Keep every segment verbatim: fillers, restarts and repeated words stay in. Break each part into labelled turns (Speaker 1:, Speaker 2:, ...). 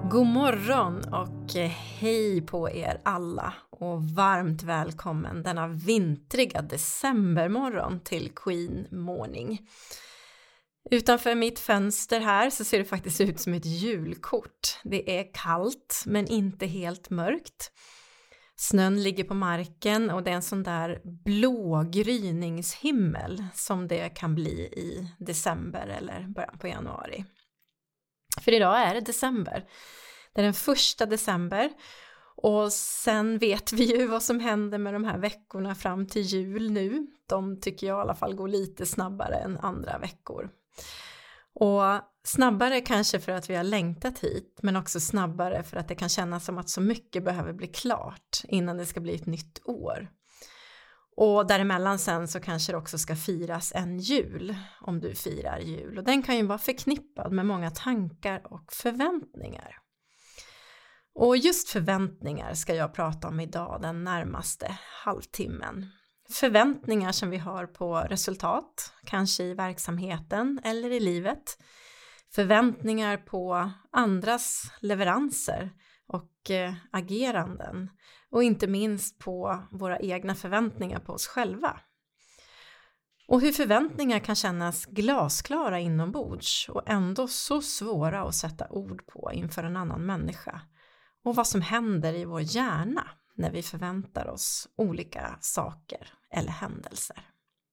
Speaker 1: God morgon och hej på er alla och varmt välkommen denna vintriga decembermorgon till Queen Morning. Utanför mitt fönster här så ser det faktiskt ut som ett julkort. Det är kallt men inte helt mörkt. Snön ligger på marken och det är en sån där blå gryningshimmel som det kan bli i december eller början på januari. För idag är det december. Det är den första december och sen vet vi ju vad som händer med de här veckorna fram till jul nu. De tycker jag i alla fall går lite snabbare än andra veckor. Och snabbare kanske för att vi har längtat hit, men också snabbare för att det kan kännas som att så mycket behöver bli klart innan det ska bli ett nytt år. Och däremellan sen så kanske det också ska firas en jul, om du firar jul. Och den kan ju vara förknippad med många tankar och förväntningar. Och just förväntningar ska jag prata om idag den närmaste halvtimmen. Förväntningar som vi har på resultat, kanske i verksamheten eller i livet. Förväntningar på andras leveranser och eh, ageranden. Och inte minst på våra egna förväntningar på oss själva. Och hur förväntningar kan kännas glasklara inombords och ändå så svåra att sätta ord på inför en annan människa. Och vad som händer i vår hjärna när vi förväntar oss olika saker eller händelser.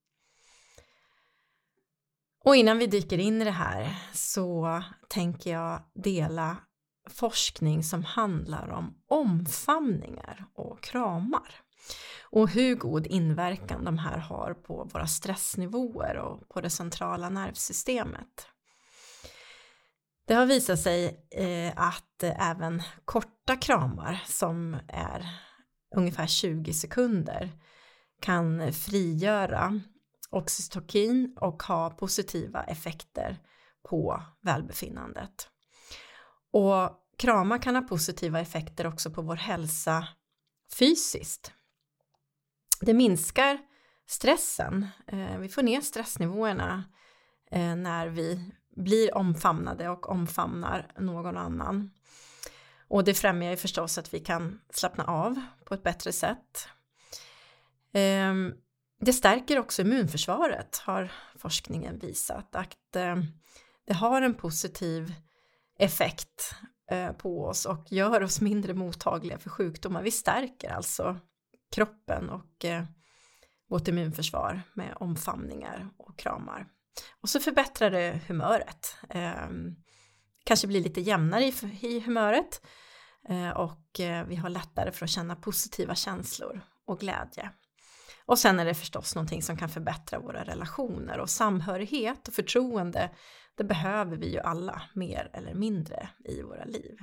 Speaker 1: Och innan vi dyker in i det här så tänker jag dela forskning som handlar om omfamningar och kramar. Och hur god inverkan de här har på våra stressnivåer och på det centrala nervsystemet. Det har visat sig eh, att eh, även korta kramar som är ungefär tjugo sekunder kan frigöra oxytocin och ha positiva effekter på välbefinnandet. Och kramar kan ha positiva effekter också på vår hälsa fysiskt. Det minskar stressen. Eh, vi får ner stressnivåerna eh, när vi blir omfamnade och omfamnar någon annan. Och det främjar ju förstås att vi kan slappna av på ett bättre sätt. Eh, det stärker också immunförsvaret, har forskningen visat. Att eh, det har en positiv effekt eh, på oss och gör oss mindre mottagliga för sjukdomar. Vi stärker alltså kroppen och eh, vårt immunförsvar med omfamningar och kramar. Och så förbättrar det humöret. Eh, kanske blir lite jämnare i, i humöret. Eh, och eh, vi har lättare för att känna positiva känslor och glädje. Och sen är det förstås någonting som kan förbättra våra relationer och samhörighet och förtroende. Det behöver vi ju alla mer eller mindre i våra liv.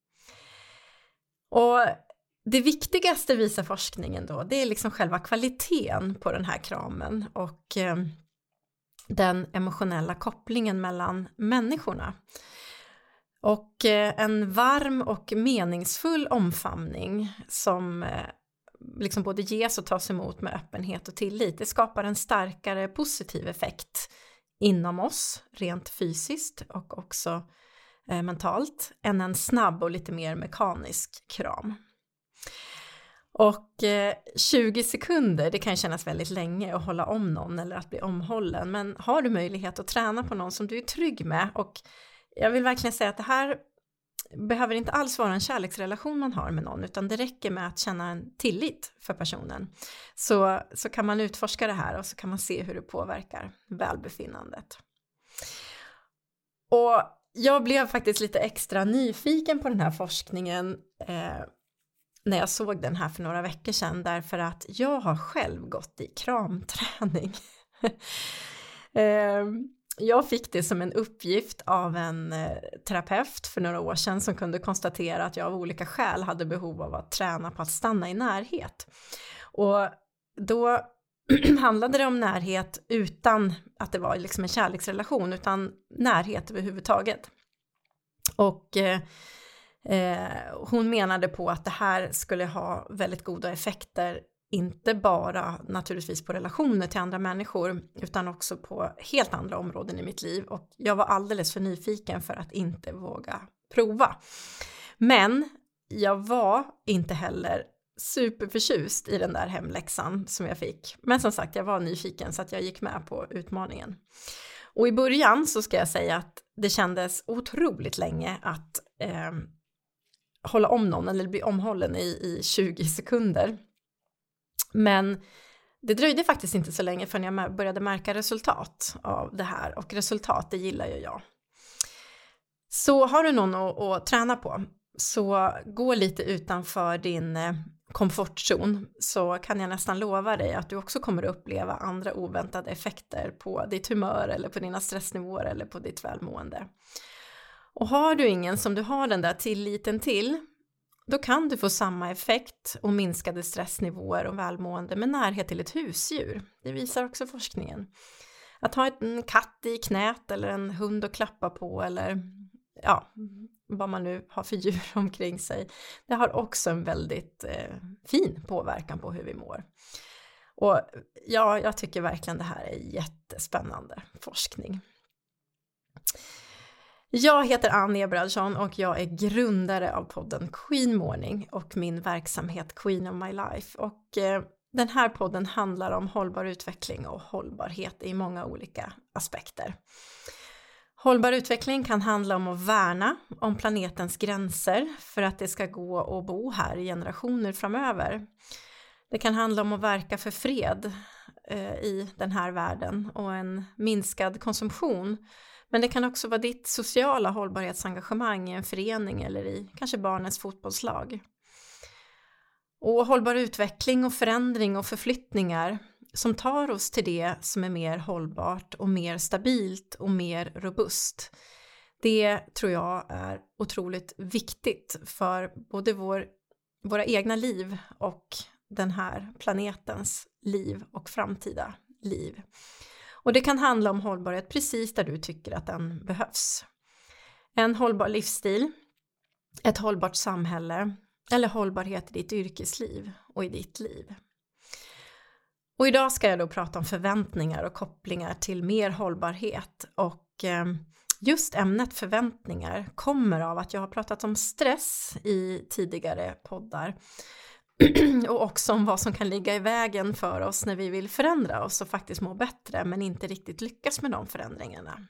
Speaker 1: Och det viktigaste visar forskningen då, det är liksom själva kvaliteten på den här kramen och eh, den emotionella kopplingen mellan människorna. Och eh, en varm och meningsfull omfamning som eh, liksom både ges och tas emot med öppenhet och tillit, det skapar en starkare positiv effekt inom oss rent fysiskt och också eh, mentalt än en snabb och lite mer mekanisk kram. Och eh, tjugo sekunder, det kan kännas väldigt länge att hålla om någon eller att bli omhållen, men har du möjlighet att träna på någon som du är trygg med, och jag vill verkligen säga att det här behöver inte alls vara en kärleksrelation man har med någon, utan det räcker med att känna en tillit för personen. Så, så kan man utforska det här och så kan man se hur det påverkar välbefinnandet. Och jag blev faktiskt lite extra nyfiken på den här forskningen eh, när jag såg den här för några veckor sedan, därför att jag har själv gått i kramträning. eh, Jag fick det som en uppgift av en eh, terapeut för några år sedan som kunde konstatera att jag av olika skäl hade behov av att träna på att stanna i närhet. Och då handlade det om närhet utan att det var liksom en kärleksrelation, utan närhet överhuvudtaget. Och eh, eh, hon menade på att det här skulle ha väldigt goda effekter, inte bara naturligtvis på relationer till andra människor, utan också på helt andra områden i mitt liv. Och jag var alldeles för nyfiken för att inte våga prova. Men jag var inte heller superförtjust i den där hemläxan som jag fick. Men som sagt, jag var nyfiken så att jag gick med på utmaningen. Och i början så ska jag säga att det kändes otroligt länge att eh, hålla om någon eller bli omhållen i, i tjugo sekunder. Men det dröjde faktiskt inte så länge förrän jag började märka resultat av det här. Och resultat, det gillar ju jag. Så har du någon att, att träna på, så gå lite utanför din eh, komfortzon, så kan jag nästan lova dig att du också kommer att uppleva andra oväntade effekter på ditt humör eller på dina stressnivåer eller på ditt välmående. Och har du ingen som du har den där tilliten till, då kan du få samma effekt och minskade stressnivåer och välmående med närhet till ett husdjur. Det visar också forskningen. Att ha en katt i knät eller en hund att klappa på eller ja, vad man nu har för djur omkring sig. Det har också en väldigt eh, fin påverkan på hur vi mår. Och ja, jag tycker verkligen det här är jättespännande forskning. Jag heter Ann Ebradsson och jag är grundare av podden Queen Morning och min verksamhet Queen of My Life. Och eh, den här podden handlar om hållbar utveckling och hållbarhet i många olika aspekter. Hållbar utveckling kan handla om att värna om planetens gränser för att det ska gå att bo här i generationer framöver. Det kan handla om att verka för fred eh, i den här världen och en minskad konsumtion. Men det kan också vara ditt sociala hållbarhetsengagemang i en förening eller i kanske barnens fotbollslag. Och hållbar utveckling och förändring och förflyttningar som tar oss till det som är mer hållbart och mer stabilt och mer robust. Det tror jag är otroligt viktigt för både vår, våra egna liv och den här planetens liv och framtida liv. Och det kan handla om hållbarhet precis där du tycker att den behövs. En hållbar livsstil, ett hållbart samhälle eller hållbarhet i ditt yrkesliv och i ditt liv. Och idag ska jag då prata om förväntningar och kopplingar till mer hållbarhet. Och just ämnet förväntningar kommer av att jag har pratat om stress i tidigare poddar. Och också om vad som kan ligga i vägen för oss när vi vill förändra oss och faktiskt må bättre men inte riktigt lyckas med de förändringarna.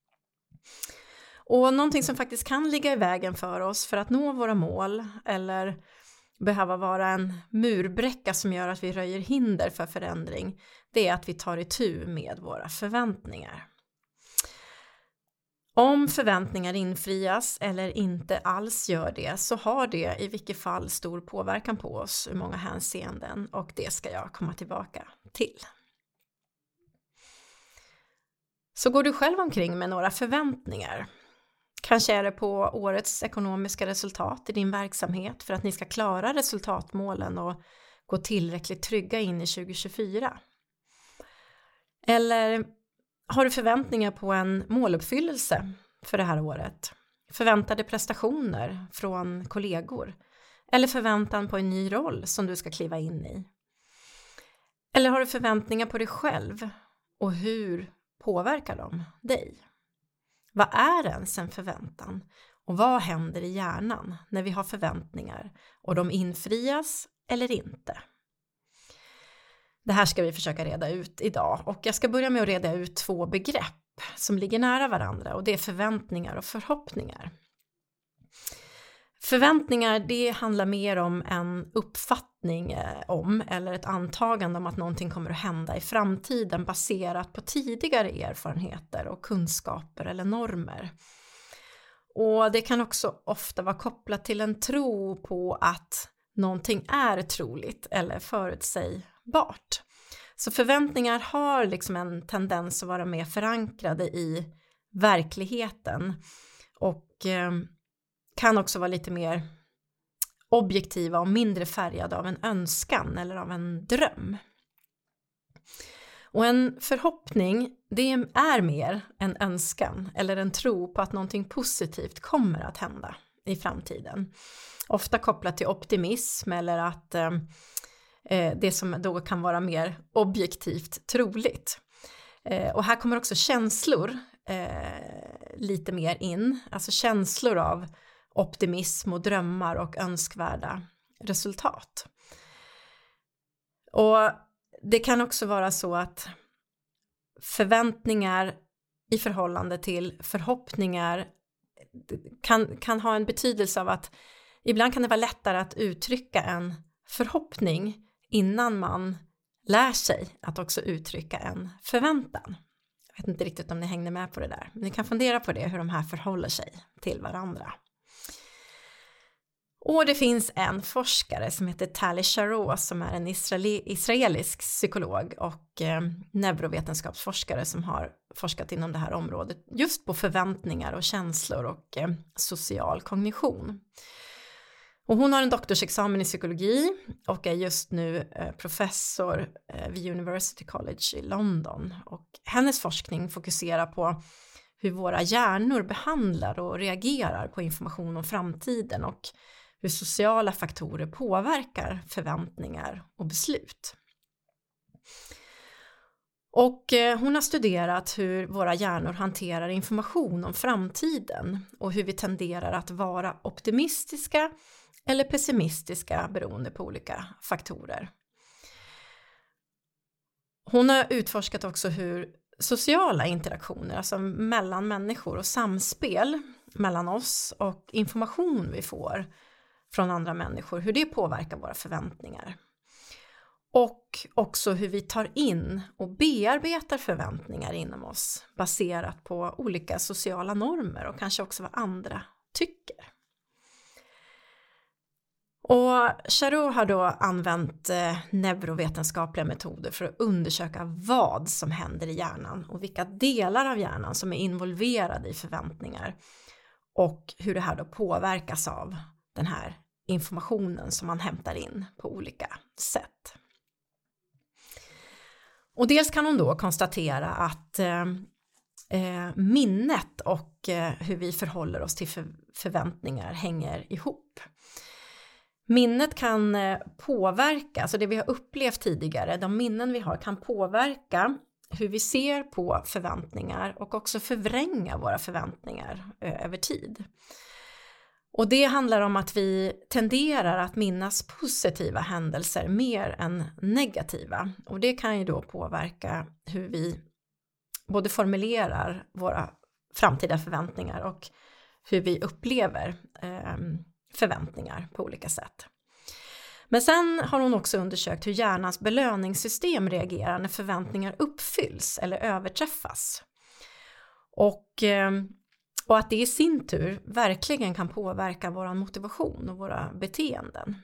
Speaker 1: Och någonting som faktiskt kan ligga i vägen för oss för att nå våra mål eller behöva vara en murbräcka som gör att vi röjer hinder för förändring, det är att vi tar itu med våra förväntningar. Om förväntningar infrias eller inte alls gör det, så har det i vilket fall stor påverkan på oss i många hänseenden, och det ska jag komma tillbaka till. Så går du själv omkring med några förväntningar? Kanske är det på årets ekonomiska resultat i din verksamhet för att ni ska klara resultatmålen och gå tillräckligt trygga in i tjugo tjugofyra. Eller har du förväntningar på en måluppfyllelse för det här året? Förväntade prestationer från kollegor? Eller förväntan på en ny roll som du ska kliva in i? Eller har du förväntningar på dig själv? Och hur påverkar de dig? Vad är ens en förväntan? Och vad händer i hjärnan när vi har förväntningar och de infrias eller inte? Det här ska vi försöka reda ut idag, och jag ska börja med att reda ut två begrepp som ligger nära varandra, och det är förväntningar och förhoppningar. Förväntningar, det handlar mer om en uppfattning om eller ett antagande om att någonting kommer att hända i framtiden baserat på tidigare erfarenheter och kunskaper eller normer. Och det kan också ofta vara kopplat till en tro på att någonting är troligt eller förutsägbart. Så förväntningar har liksom en tendens att vara mer förankrade i verkligheten och eh, kan också vara lite mer objektiva och mindre färgade av en önskan eller av en dröm. Och en förhoppning, det är mer en önskan eller en tro på att någonting positivt kommer att hända i framtiden. Ofta kopplat till optimism eller att eh, det som då kan vara mer objektivt troligt. Eh, och här kommer också känslor eh, lite mer in. Alltså känslor av optimism och drömmar och önskvärda resultat. Och det kan också vara så att förväntningar i förhållande till förhoppningar kan, kan ha en betydelse av att ibland kan det vara lättare att uttrycka en förhoppning innan man lär sig att också uttrycka en förväntan. Jag vet inte riktigt om ni hängde med på det där, men ni kan fundera på det, hur de här förhåller sig till varandra. Och det finns en forskare som heter Tali Sharot som är en israeli, israelisk psykolog och eh, neurovetenskapsforskare som har forskat inom det här området just på förväntningar och känslor och eh, social kognition. Och hon har en doktorsexamen i psykologi och är just nu eh, professor eh, vid University College i London. Och hennes forskning fokuserar på hur våra hjärnor behandlar och reagerar på information om framtiden och hur sociala faktorer påverkar förväntningar och beslut. Och hon har studerat hur våra hjärnor hanterar information om framtiden och hur vi tenderar att vara optimistiska eller pessimistiska beroende på olika faktorer. Hon har utforskat också hur sociala interaktioner, alltså mellan människor och samspel mellan oss och information vi får från andra människor, hur det påverkar våra förväntningar. Och också hur vi tar in och bearbetar förväntningar inom oss baserat på olika sociala normer och kanske också vad andra tycker. Och Sharot har då använt eh, neurovetenskapliga metoder för att undersöka vad som händer i hjärnan och vilka delar av hjärnan som är involverade i förväntningar och hur det här då påverkas av den här informationen som man hämtar in på olika sätt. Och dels kan hon då konstatera att eh, minnet och eh, hur vi förhåller oss till för, förväntningar hänger ihop. Minnet kan eh, påverka, alltså det vi har upplevt tidigare, de minnen vi har kan påverka hur vi ser på förväntningar och också förvränga våra förväntningar eh, över tid. Och det handlar om att vi tenderar att minnas positiva händelser mer än negativa. Och det kan ju då påverka hur vi både formulerar våra framtida förväntningar och hur vi upplever eh, förväntningar på olika sätt. Men sen har hon också undersökt hur hjärnans belöningssystem reagerar när förväntningar uppfylls eller överträffas. Och... Eh, Och att det i sin tur verkligen kan påverka vår motivation och våra beteenden.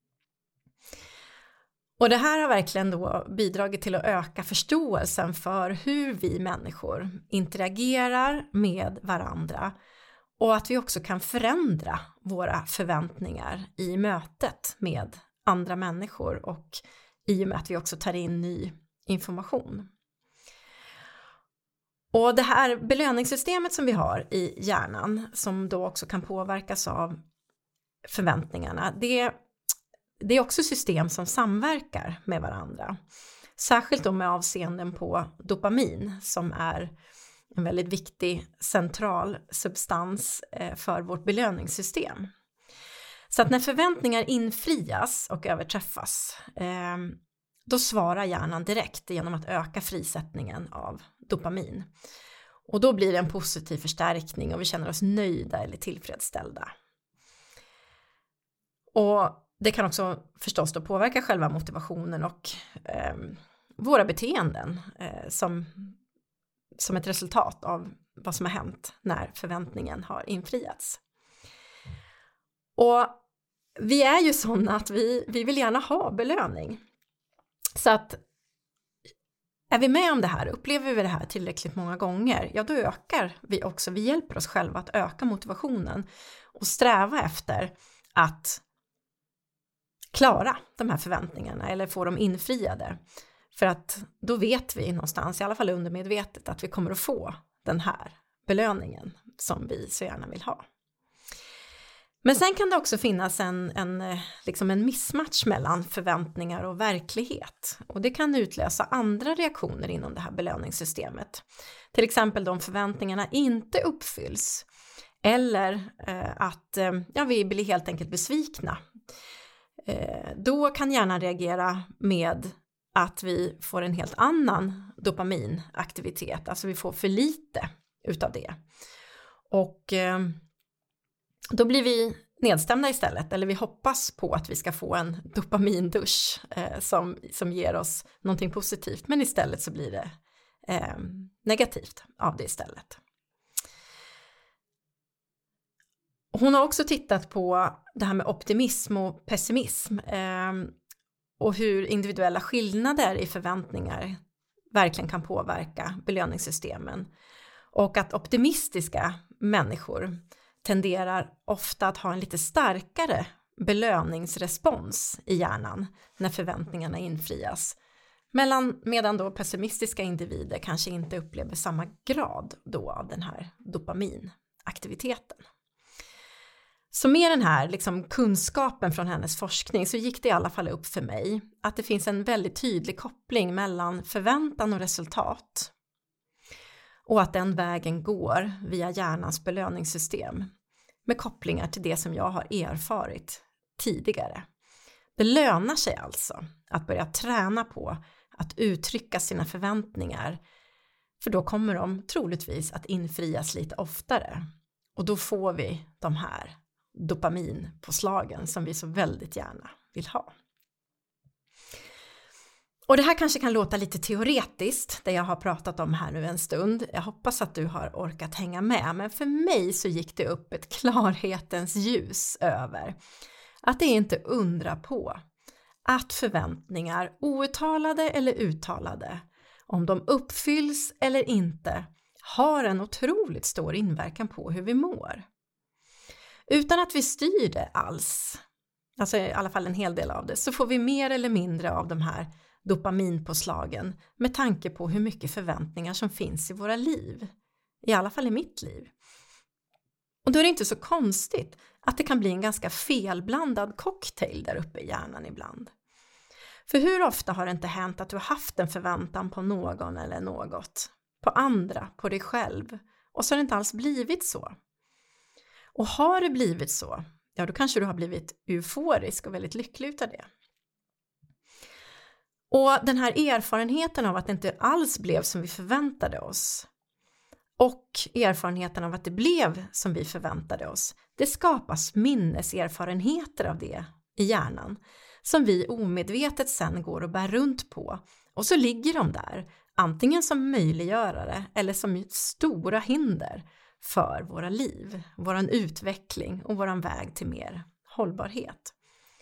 Speaker 1: Och det här har verkligen då bidragit till att öka förståelsen för hur vi människor interagerar med varandra. Och att vi också kan förändra våra förväntningar i mötet med andra människor och i och med att vi också tar in ny information. Och det här belöningssystemet som vi har i hjärnan som då också kan påverkas av förväntningarna, det, det är också system som samverkar med varandra. Särskilt då med avseenden på dopamin som är en väldigt viktig central substans för vårt belöningssystem. Så att när förväntningar infrias och överträffas, då svarar hjärnan direkt genom att öka frisättningen av dopamin. Och då blir det en positiv förstärkning och vi känner oss nöjda eller tillfredsställda. Och det kan också förstås då påverka själva motivationen och eh, våra beteenden eh, som, som ett resultat av vad som har hänt när förväntningen har infriats. Och vi är ju sådana att vi, vi vill gärna ha belöning. Så att är vi med om det här, upplever vi det här tillräckligt många gånger, ja då ökar vi också, vi hjälper oss själva att öka motivationen och sträva efter att klara de här förväntningarna eller få dem infriade. För att då vet vi någonstans, i alla fall undermedvetet, att vi kommer att få den här belöningen som vi så gärna vill ha. Men sen kan det också finnas en, en, liksom en missmatch mellan förväntningar och verklighet. Och det kan utlösa andra reaktioner inom det här belöningssystemet. Till exempel de förväntningarna inte uppfylls. Eller eh, att eh, ja, vi blir helt enkelt besvikna. Eh, då kan hjärnan reagera med att vi får en helt annan dopaminaktivitet. Alltså vi får för lite utav det. Och eh, då blir vi nedstämda istället. Eller vi hoppas på att vi ska få en dopamindusch eh, som, som ger oss någonting positivt. Men istället så blir det eh, negativt av det istället. Hon har också tittat på det här med optimism och pessimism eh, och hur individuella skillnader i förväntningar verkligen kan påverka belöningssystemen. Och att optimistiska människor tenderar ofta att ha en lite starkare belöningsrespons i hjärnan när förväntningarna infrias. Medan, medan då pessimistiska individer kanske inte upplever samma grad då av den här dopaminaktiviteten. Så med den här liksom kunskapen från hennes forskning så gick det i alla fall upp för mig att det finns en väldigt tydlig koppling mellan förväntan och resultat. Och att den vägen går via hjärnans belöningssystem med kopplingar till det som jag har erfarit tidigare. Det lönar sig alltså att börja träna på att uttrycka sina förväntningar, för då kommer de troligtvis att infrias lite oftare. Och då får vi de här dopaminpåslagen som vi så väldigt gärna vill ha. Och det här kanske kan låta lite teoretiskt, det jag har pratat om här nu en stund. Jag hoppas att du har orkat hänga med, men för mig så gick det upp ett klarhetens ljus över att det är inte undra på att förväntningar, outtalade eller uttalade, om de uppfylls eller inte, har en otroligt stor inverkan på hur vi mår. Utan att vi styr det alls, alltså i alla fall en hel del av det, så får vi mer eller mindre av de här dopaminpåslagen med tanke på hur mycket förväntningar som finns i våra liv. I alla fall i mitt liv. Och då är det inte så konstigt att det kan bli en ganska felblandad cocktail där uppe i hjärnan ibland. För hur ofta har det inte hänt att du har haft en förväntan på någon eller något, på andra, på dig själv, och så har det inte alls blivit så. Och har det blivit så, ja då kanske du har blivit euforisk och väldigt lycklig utav det. Och den här erfarenheten av att det inte alls blev som vi förväntade oss, och erfarenheten av att det blev som vi förväntade oss, det skapas minneserfarenheter av det i hjärnan som vi omedvetet sen går och bär runt på, och så ligger de där antingen som möjliggörare eller som stora hinder för våra liv, våran utveckling och våran väg till mer hållbarhet.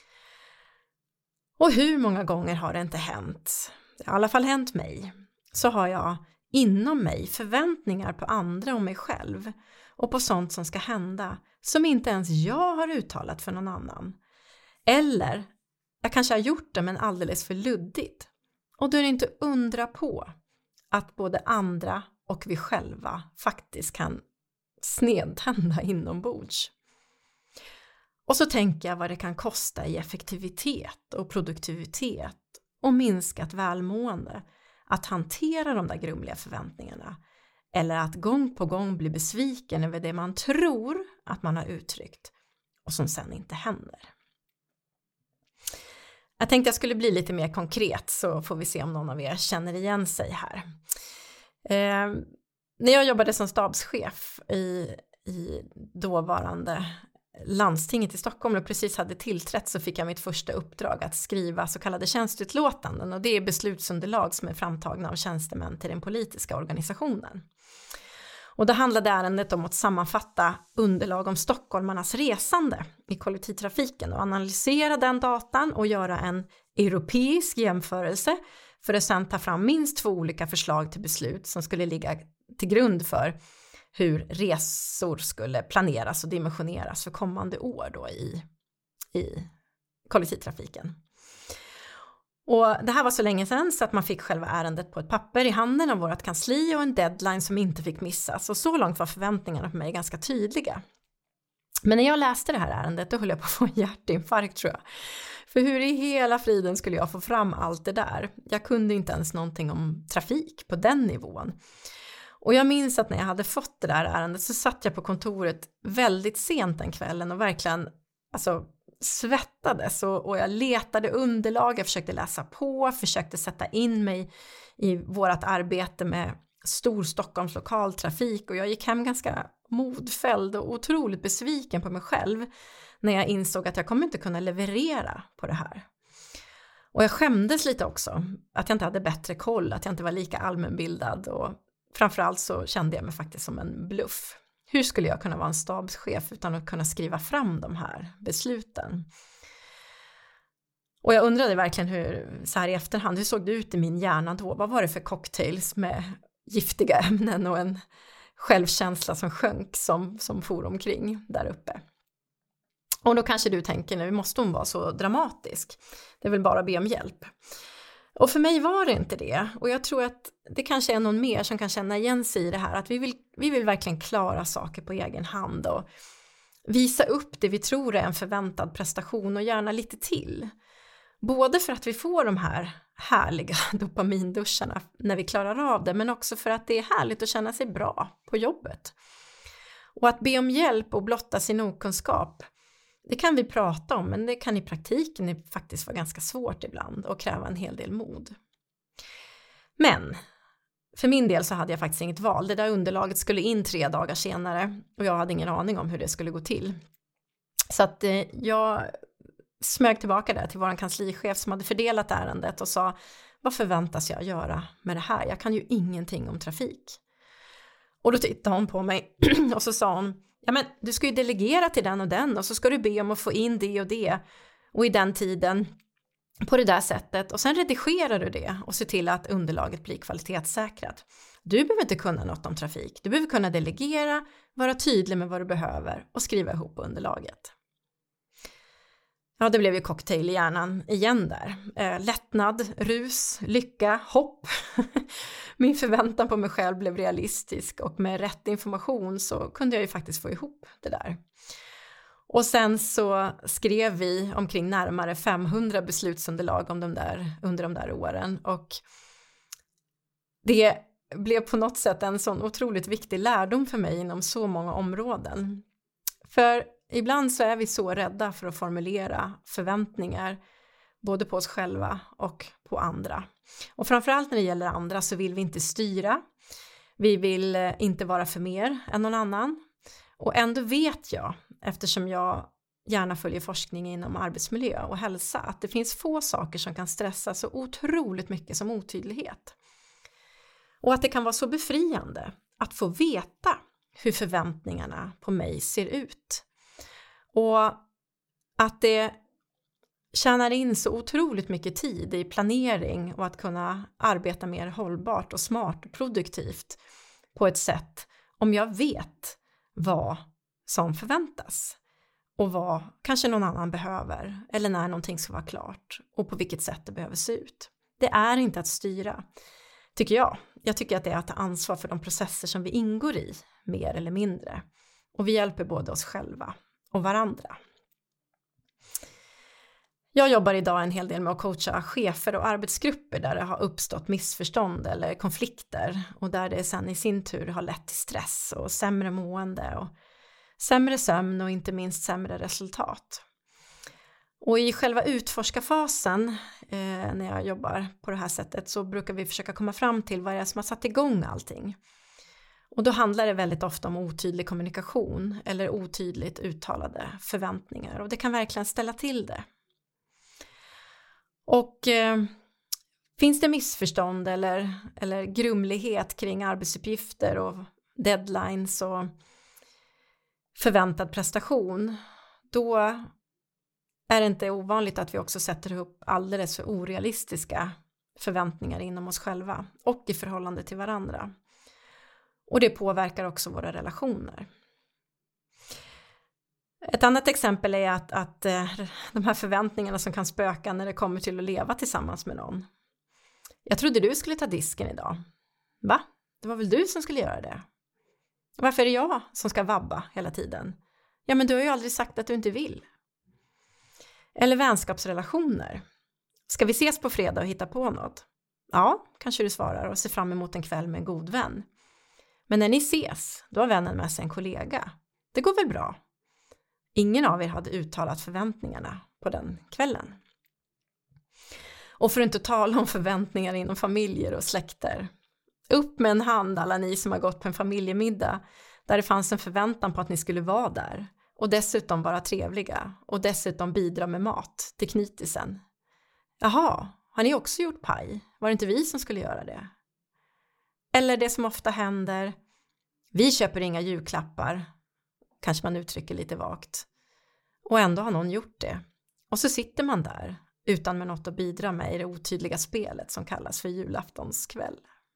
Speaker 1: Och hur många gånger har det inte hänt, i alla fall hänt mig, så har jag inom mig förväntningar på andra och mig själv och på sånt som ska hända som inte ens jag har uttalat för någon annan. Eller jag kanske har gjort det men alldeles för luddigt. Och då är det inte undra på att både andra och vi själva faktiskt kan snedtända inombords. Och så tänker jag vad det kan kosta i effektivitet och produktivitet och minskat välmående att hantera de där grumliga förväntningarna, eller att gång på gång bli besviken över det man tror att man har uttryckt och som sen inte händer. Jag tänkte jag skulle bli lite mer konkret, så får vi se om någon av er känner igen sig här. Eh, när jag jobbade som stabschef i, i dåvarande landstinget i Stockholm och precis hade tillträtt, så fick jag mitt första uppdrag att skriva så kallade tjänsteutlåtanden, och det är beslutsunderlag som är framtagna av tjänstemän till den politiska organisationen. Och det handlade ärendet om att sammanfatta underlag om stockholmarnas resande i kollektivtrafiken och analysera den datan och göra en europeisk jämförelse för att sedan ta fram minst två olika förslag till beslut som skulle ligga till grund för hur resor skulle planeras och dimensioneras för kommande år då i, i kollektivtrafiken. Och det här var så länge sedan så att man fick själva ärendet på ett papper i handen av vårt kansli och en deadline som inte fick missas. Och så långt var förväntningarna på mig ganska tydliga. Men när jag läste det här ärendet då höll jag på att få en hjärtinfarkt, tror jag. För hur i hela friden skulle jag få fram allt det där? Jag kunde inte ens någonting om trafik på den nivån. Och jag minns att när jag hade fått det där ärendet så satt jag på kontoret väldigt sent den kvällen och verkligen alltså, svettades och, och jag letade underlag, jag försökte läsa på, försökte sätta in mig i vårt arbete med stor Stockholms lokaltrafik och jag gick hem ganska modfälld och otroligt besviken på mig själv när jag insåg att jag kommer inte kunna leverera på det här. Och jag skämdes lite också, att jag inte hade bättre koll, att jag inte var lika allmänbildad och framförallt så kände jag mig faktiskt som en bluff. Hur skulle jag kunna vara en stabschef utan att kunna skriva fram de här besluten? Och jag undrade verkligen hur, så här i efterhand, hur såg det ut i min hjärna då? Vad var det för cocktails med giftiga ämnen och en självkänsla som sjönk som, som for omkring där uppe? Och då kanske du tänker, nu måste hon vara så dramatisk. Det är väl bara att be om hjälp. Och för mig var det inte det. Och jag tror att det kanske är någon mer som kan känna igen sig i det här. Att vi vill, vi vill verkligen klara saker på egen hand och visa upp det vi tror är en förväntad prestation och gärna lite till. Både för att vi får de här härliga dopaminduscharna när vi klarar av det, men också för att det är härligt att känna sig bra på jobbet. Och att be om hjälp och blotta sin okunskap, det kan vi prata om, men det kan i praktiken faktiskt vara ganska svårt ibland och kräva en hel del mod. Men för min del så hade jag faktiskt inget val. Det där underlaget skulle in tre dagar senare och jag hade ingen aning om hur det skulle gå till. Så att eh, jag smög tillbaka där till vår kanslichef som hade fördelat ärendet och sa, vad förväntas jag göra med det här? Jag kan ju ingenting om trafik. Och då tittade hon på mig och så sa hon, ja men du ska ju delegera till den och den och så ska du be om att få in det och det och i den tiden på det där sättet och sen redigerar du det och ser till att underlaget blir kvalitetssäkrat. Du behöver inte kunna något om trafik, du behöver kunna delegera, vara tydlig med vad du behöver och skriva ihop underlaget. Ja, det blev ju cocktail i hjärnan igen där. Eh, lättnad, rus, lycka, hopp. Min förväntan på mig själv blev realistisk och med rätt information så kunde jag ju faktiskt få ihop det där. Och sen så skrev vi omkring närmare femhundra beslutsunderlag om de där, under de där åren och det blev på något sätt en sån otroligt viktig lärdom för mig inom så många områden. För ibland så är vi så rädda för att formulera förväntningar både på oss själva och på andra. Och framförallt när det gäller andra så vill vi inte styra. Vi vill inte vara för mer än någon annan. Och ändå vet jag, eftersom jag gärna följer forskning inom arbetsmiljö och hälsa, att det finns få saker som kan stressa så otroligt mycket som otydlighet. Och att det kan vara så befriande att få veta hur förväntningarna på mig ser ut. Och att det tjänar in så otroligt mycket tid i planering och att kunna arbeta mer hållbart och smart och produktivt på ett sätt om jag vet vad som förväntas och vad kanske någon annan behöver eller när någonting ska vara klart och på vilket sätt det behöver se ut. Det är inte att styra, tycker jag. Jag tycker att det är att ta ansvar för de processer som vi ingår i, mer eller mindre. Och vi hjälper både oss själva och varandra. Jag jobbar idag en hel del med att coacha chefer och arbetsgrupper där det har uppstått missförstånd eller konflikter och där det sen i sin tur har lett till stress och sämre mående och sämre sömn och inte minst sämre resultat. Och i själva utforskarfasen eh, när jag jobbar på det här sättet så brukar vi försöka komma fram till vad det är som har satt igång allting. Och då handlar det väldigt ofta om otydlig kommunikation eller otydligt uttalade förväntningar och det kan verkligen ställa till det. Och eh, finns det missförstånd eller, eller grumlighet kring arbetsuppgifter och deadlines och förväntad prestation, då är det inte ovanligt att vi också sätter upp alldeles för orealistiska förväntningar inom oss själva och i förhållande till varandra. Och det påverkar också våra relationer. Ett annat exempel är att, att de här förväntningarna som kan spöka när det kommer till att leva tillsammans med någon. Jag trodde du skulle ta disken idag. Va? Det var väl du som skulle göra det? Varför är det jag som ska vabba hela tiden? Ja, men du har ju aldrig sagt att du inte vill. Eller vänskapsrelationer. Ska vi ses på fredag och hitta på något? Ja, kanske du svarar och ser fram emot en kväll med en god vän. Men när ni ses, då har vännen med sig en kollega. Det går väl bra? Ingen av er hade uttalat förväntningarna på den kvällen. Och för att inte tala om förväntningar inom familjer och släkter. Upp med en hand alla ni som har gått på en familjemiddag där det fanns en förväntan på att ni skulle vara där. Och dessutom vara trevliga och dessutom bidra med mat till knytisen. Jaha, har ni också gjort paj? Var det inte vi som skulle göra det? Eller det som ofta händer, vi köper inga julklappar, kanske man uttrycker lite vagt. Och ändå har någon gjort det. Och så sitter man där utan med något att bidra med i det otydliga spelet som kallas för julaftonskväll.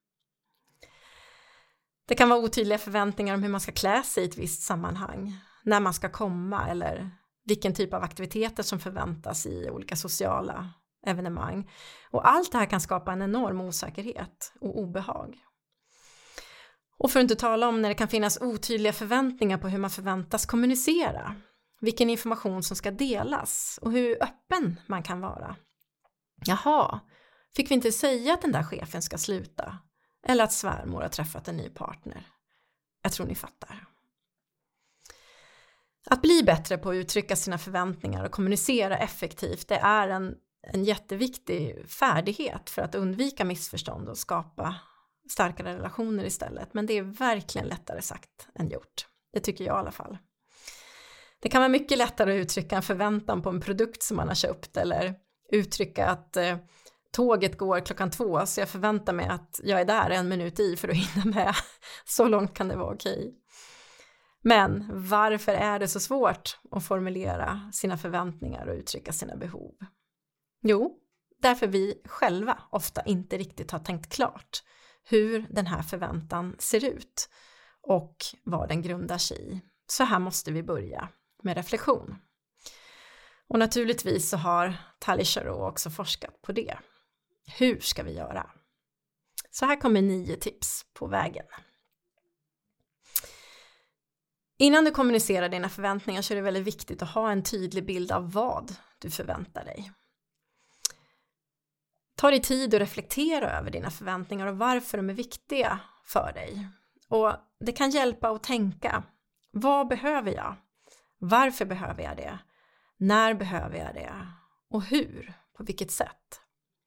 Speaker 1: Det kan vara otydliga förväntningar om hur man ska klä sig i ett visst sammanhang, när man ska komma eller vilken typ av aktiviteter som förväntas i olika sociala evenemang. Och allt det här kan skapa en enorm osäkerhet och obehag. Och för att inte tala om när det kan finnas otydliga förväntningar på hur man förväntas kommunicera, vilken information som ska delas och hur öppen man kan vara. Jaha, fick vi inte säga att den där chefen ska sluta? Eller att svärmor har träffat en ny partner? Jag tror ni fattar. Att bli bättre på att uttrycka sina förväntningar och kommunicera effektivt, det är en, en jätteviktig färdighet för att undvika missförstånd och skapa starkare relationer istället. Men det är verkligen lättare sagt än gjort. Det tycker jag i alla fall. Det kan vara mycket lättare att uttrycka en förväntan på en produkt som man har köpt eller uttrycka att eh, tåget går klockan två så jag förväntar mig att jag är där en minut i för att hinna med. Så långt kan det vara okej. Men varför är det så svårt att formulera sina förväntningar och uttrycka sina behov? Jo, därför vi själva ofta inte riktigt har tänkt klart hur den här förväntan ser ut och vad den grundar sig i. Så här måste vi börja med reflektion. Och naturligtvis så har Tali Sharot också forskat på det. Hur ska vi göra? Så här kommer nio tips på vägen. Innan du kommunicerar dina förväntningar så är det väldigt viktigt att ha en tydlig bild av vad du förväntar dig. Ta dig tid att reflektera över dina förväntningar och varför de är viktiga för dig. Och det kan hjälpa att tänka. Vad behöver jag? Varför behöver jag det? När behöver jag det? Och hur? På vilket sätt?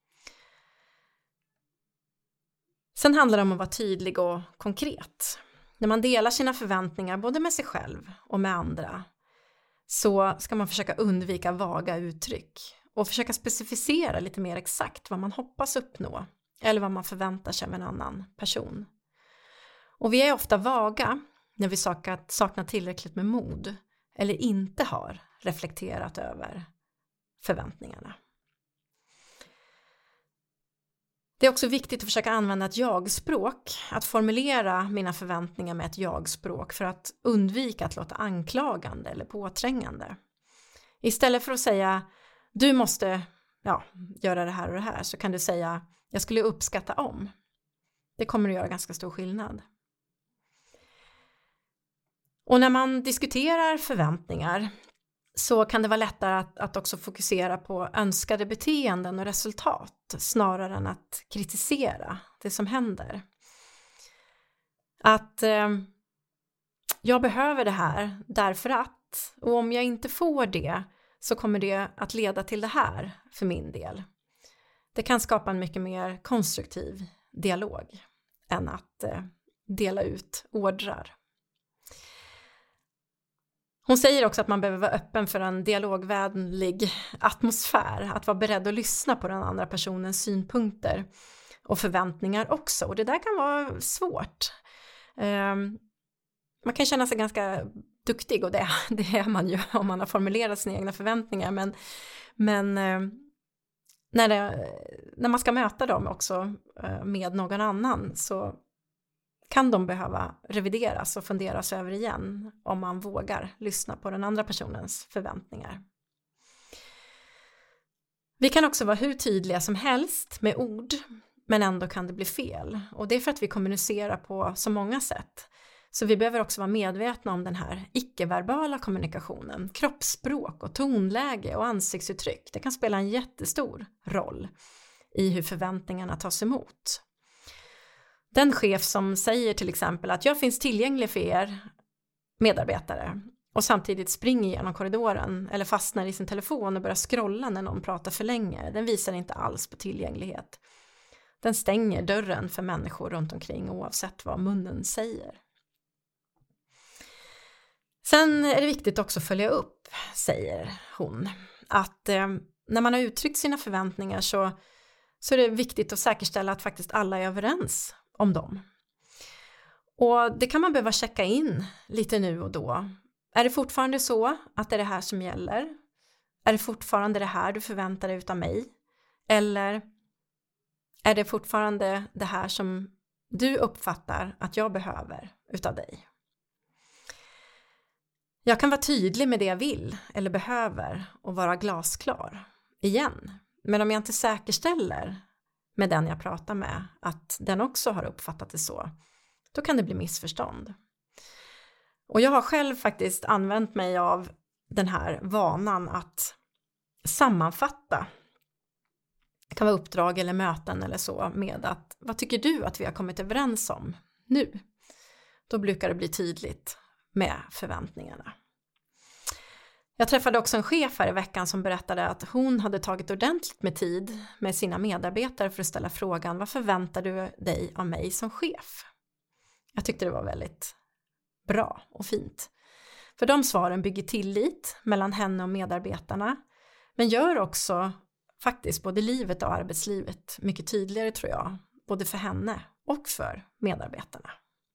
Speaker 1: Sen handlar det om att vara tydlig och konkret. När man delar sina förväntningar både med sig själv och med andra så ska man försöka undvika vaga uttryck och försöka specificera lite mer exakt vad man hoppas uppnå eller vad man förväntar sig av en annan person. Och vi är ofta vaga när vi saknar tillräckligt med mod eller inte har reflekterat över förväntningarna. Det är också viktigt att försöka använda ett jag-språk, att formulera mina förväntningar med ett jag-språk för att undvika att låta anklagande eller påträngande. Istället för att säga du måste ja, göra det här och det här så kan du säga jag skulle uppskatta om. Det kommer att göra ganska stor skillnad. Och när man diskuterar förväntningar så kan det vara lättare att, att också fokusera på önskade beteenden och resultat snarare än att kritisera det som händer. Att eh, jag behöver det här därför att, och om jag inte får det så kommer det att leda till det här för min del. Det kan skapa en mycket mer konstruktiv dialog än att eh, dela ut ordrar. Hon säger också att man behöver vara öppen för en dialogvänlig atmosfär. Att vara beredd att lyssna på den andra personens synpunkter och förväntningar också. Och det där kan vara svårt. Um, man kan känna sig ganska duktig och det, det är man ju om man har formulerat sina egna förväntningar. Men, men uh, när, det, när man ska möta dem också uh, med någon annan så kan de behöva revideras och funderas över igen om man vågar lyssna på den andra personens förväntningar. Vi kan också vara hur tydliga som helst med ord, men ändå kan det bli fel. Och det är för att vi kommunicerar på så många sätt. Så vi behöver också vara medvetna om den här icke-verbala kommunikationen. Kroppsspråk och tonläge och ansiktsuttryck. Det kan spela en jättestor roll i hur förväntningarna tas emot. Den chef som säger till exempel att jag finns tillgänglig för er medarbetare och samtidigt springer genom korridoren eller fastnar i sin telefon och börjar scrolla när någon pratar för länge, den visar inte alls på tillgänglighet. Den stänger dörren för människor runt omkring oavsett vad munnen säger. Sen är det viktigt också att följa upp, säger hon, att eh, när man har uttryckt sina förväntningar så, så är det viktigt att säkerställa att faktiskt alla är överens om dem. Och det kan man behöva checka in lite nu och då. Är det fortfarande så att det är det här som gäller? Är det fortfarande det här du förväntar dig utav mig? Eller är det fortfarande det här som du uppfattar att jag behöver utav dig? Jag kan vara tydlig med det jag vill eller behöver och vara glasklar igen. Men om jag inte säkerställer med den jag pratar med att den också har uppfattat det så, då kan det bli missförstånd. Och jag har själv faktiskt använt mig av den här vanan att sammanfatta. Det kan vara uppdrag eller möten eller så med att vad tycker du att vi har kommit överens om nu? Då brukar det bli tydligt med förväntningarna. Jag träffade också en chef här i veckan som berättade att hon hade tagit ordentligt med tid med sina medarbetare för att ställa frågan: vad förväntar du dig av mig som chef? Jag tyckte det var väldigt bra och fint. För de svaren bygger tillit mellan henne och medarbetarna, men gör också faktiskt både livet och arbetslivet mycket tydligare, tror jag, både för henne och för medarbetarna.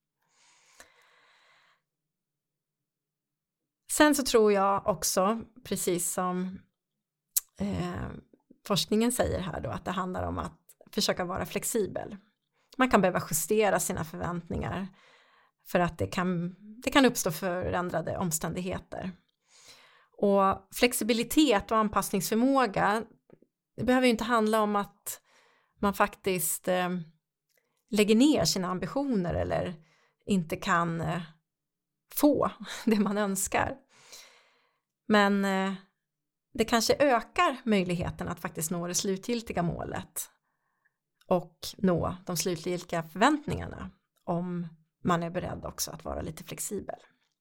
Speaker 1: Sen så tror jag också, precis som eh, forskningen säger här då, att det handlar om att försöka vara flexibel. Man kan behöva justera sina förväntningar för att det kan, det kan uppstå förändrade omständigheter. Och flexibilitet och anpassningsförmåga, det behöver ju inte handla om att man faktiskt eh, lägger ner sina ambitioner eller inte kan eh, få det man önskar. Men eh, det kanske ökar möjligheten att faktiskt nå det slutgiltiga målet och nå de slutgiltiga förväntningarna om man är beredd också att vara lite flexibel.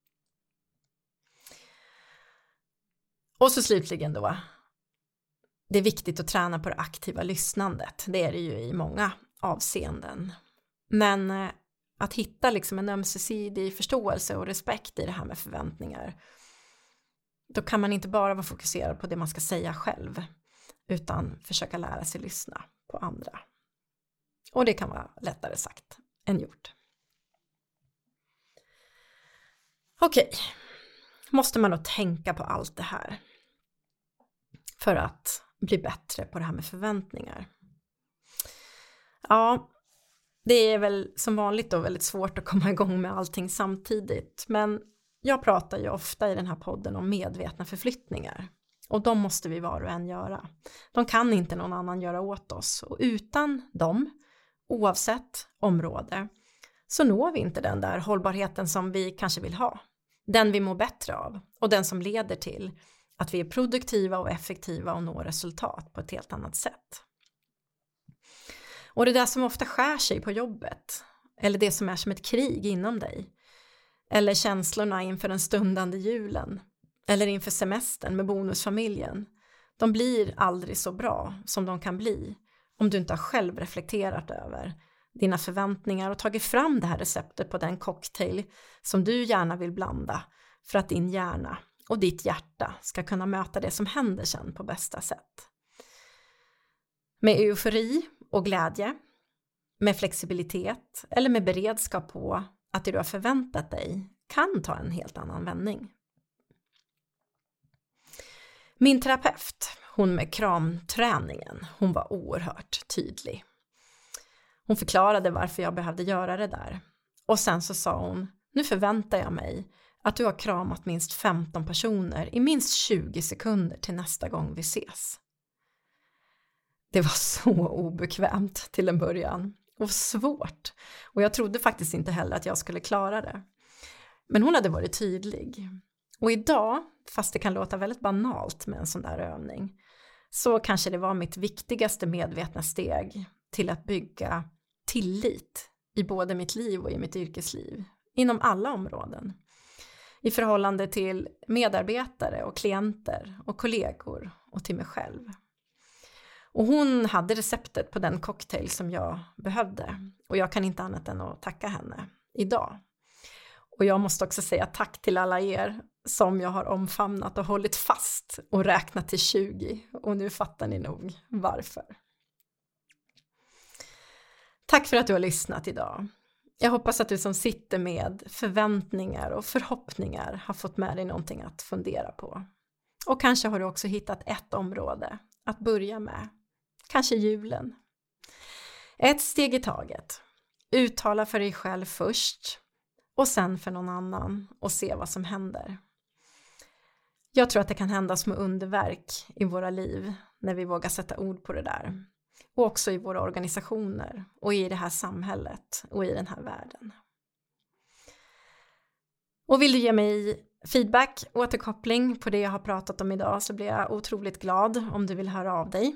Speaker 1: Och så slutligen då, det är viktigt att träna på det aktiva lyssnandet. Det är det ju i många avseenden. Men eh, att hitta liksom en ömsesidig förståelse och respekt i det här med förväntningar, då kan man inte bara vara fokuserad på det man ska säga själv, utan försöka lära sig lyssna på andra. Och det kan vara lättare sagt än gjort. Okej, måste man då tänka på allt det här för att bli bättre på det här med förväntningar? Ja, det är väl som vanligt då väldigt svårt att komma igång med allting samtidigt. Men jag pratar ju ofta i den här podden om medvetna förflyttningar. Och de måste vi var och en göra. De kan inte någon annan göra åt oss. Och utan dem, oavsett område, så når vi inte den där hållbarheten som vi kanske vill ha. Den vi mår bättre av. Och den som leder till att vi är produktiva och effektiva och når resultat på ett helt annat sätt. Och det där som ofta skär sig på jobbet, eller det som är som ett krig inom dig, eller känslorna inför den stundande julen, eller inför semestern med bonusfamiljen, de blir aldrig så bra som de kan bli om du inte har själv reflekterat över dina förväntningar och tagit fram det här receptet på den cocktail som du gärna vill blanda för att din hjärna och ditt hjärta ska kunna möta det som händer sen på bästa sätt. Med eufori och glädje, med flexibilitet eller med beredskap på att det du har förväntat dig kan ta en helt annan vändning. Min terapeut, hon med kramträningen, hon var oerhört tydlig. Hon förklarade varför jag behövde göra det där. Och sen så sa hon, nu förväntar jag mig att du har kramat minst femton personer i minst tjugo sekunder till nästa gång vi ses. Det var så obekvämt till en början och svårt. Och jag trodde faktiskt inte heller att jag skulle klara det. Men hon hade varit tydlig. Och idag, fast det kan låta väldigt banalt med en sån där övning, så kanske det var mitt viktigaste medvetna steg till att bygga tillit i både mitt liv och i mitt yrkesliv, inom alla områden. I förhållande till medarbetare och klienter och kollegor och till mig själv. Och hon hade receptet på den cocktail som jag behövde. Och jag kan inte annat än att tacka henne idag. Och jag måste också säga tack till alla er som jag har omfamnat och hållit fast och räknat till tjugo. Och nu fattar ni nog varför. Tack för att du har lyssnat idag. Jag hoppas att du som sitter med förväntningar och förhoppningar har fått med dig någonting att fundera på. Och kanske har du också hittat ett område att börja med. Kanske julen. Ett steg i taget. Uttala för dig själv först och sen för någon annan och se vad som händer. Jag tror att det kan hända små underverk i våra liv när vi vågar sätta ord på det där. Och också i våra organisationer och i det här samhället och i den här världen. Och vill du ge mig feedback, återkoppling på det jag har pratat om idag, så blir jag otroligt glad om du vill höra av dig.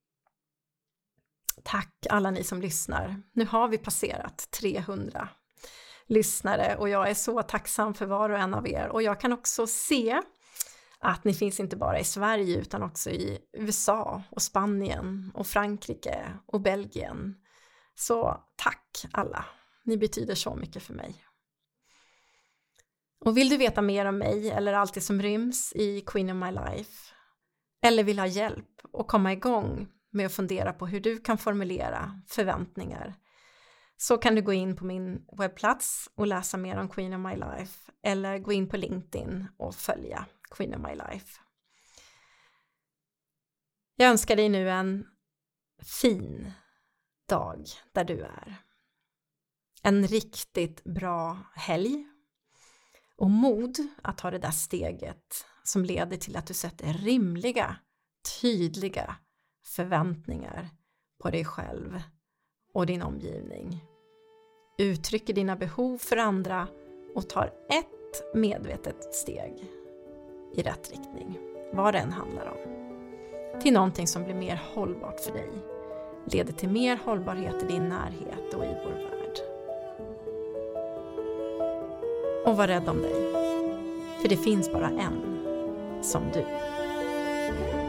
Speaker 1: Tack alla ni som lyssnar. Nu har vi passerat trehundra lyssnare och jag är så tacksam för var och en av er. Och jag kan också se att ni finns inte bara i Sverige utan också i U S A och Spanien och Frankrike och Belgien. Så tack alla. Ni betyder så mycket för mig. Och vill du veta mer om mig eller allt det som ryms i Queen of My Life, eller vill ha hjälp och komma igång med att fundera på hur du kan formulera förväntningar, så kan du gå in på min webbplats och läsa mer om Queen of My Life, eller gå in på LinkedIn och följa Queen of My Life. Jag önskar dig nu en fin dag där du är. En riktigt bra helg. Och mod att ta det där steget som leder till att du sätter rimliga, tydliga förväntningar på dig själv och din omgivning. Uttrycker dina behov för andra och tar ett medvetet steg i rätt riktning, vad det än handlar om. Till någonting som blir mer hållbart för dig. Leder till mer hållbarhet i din närhet och i vår värld. Och var rädd om dig. För det finns bara en som du.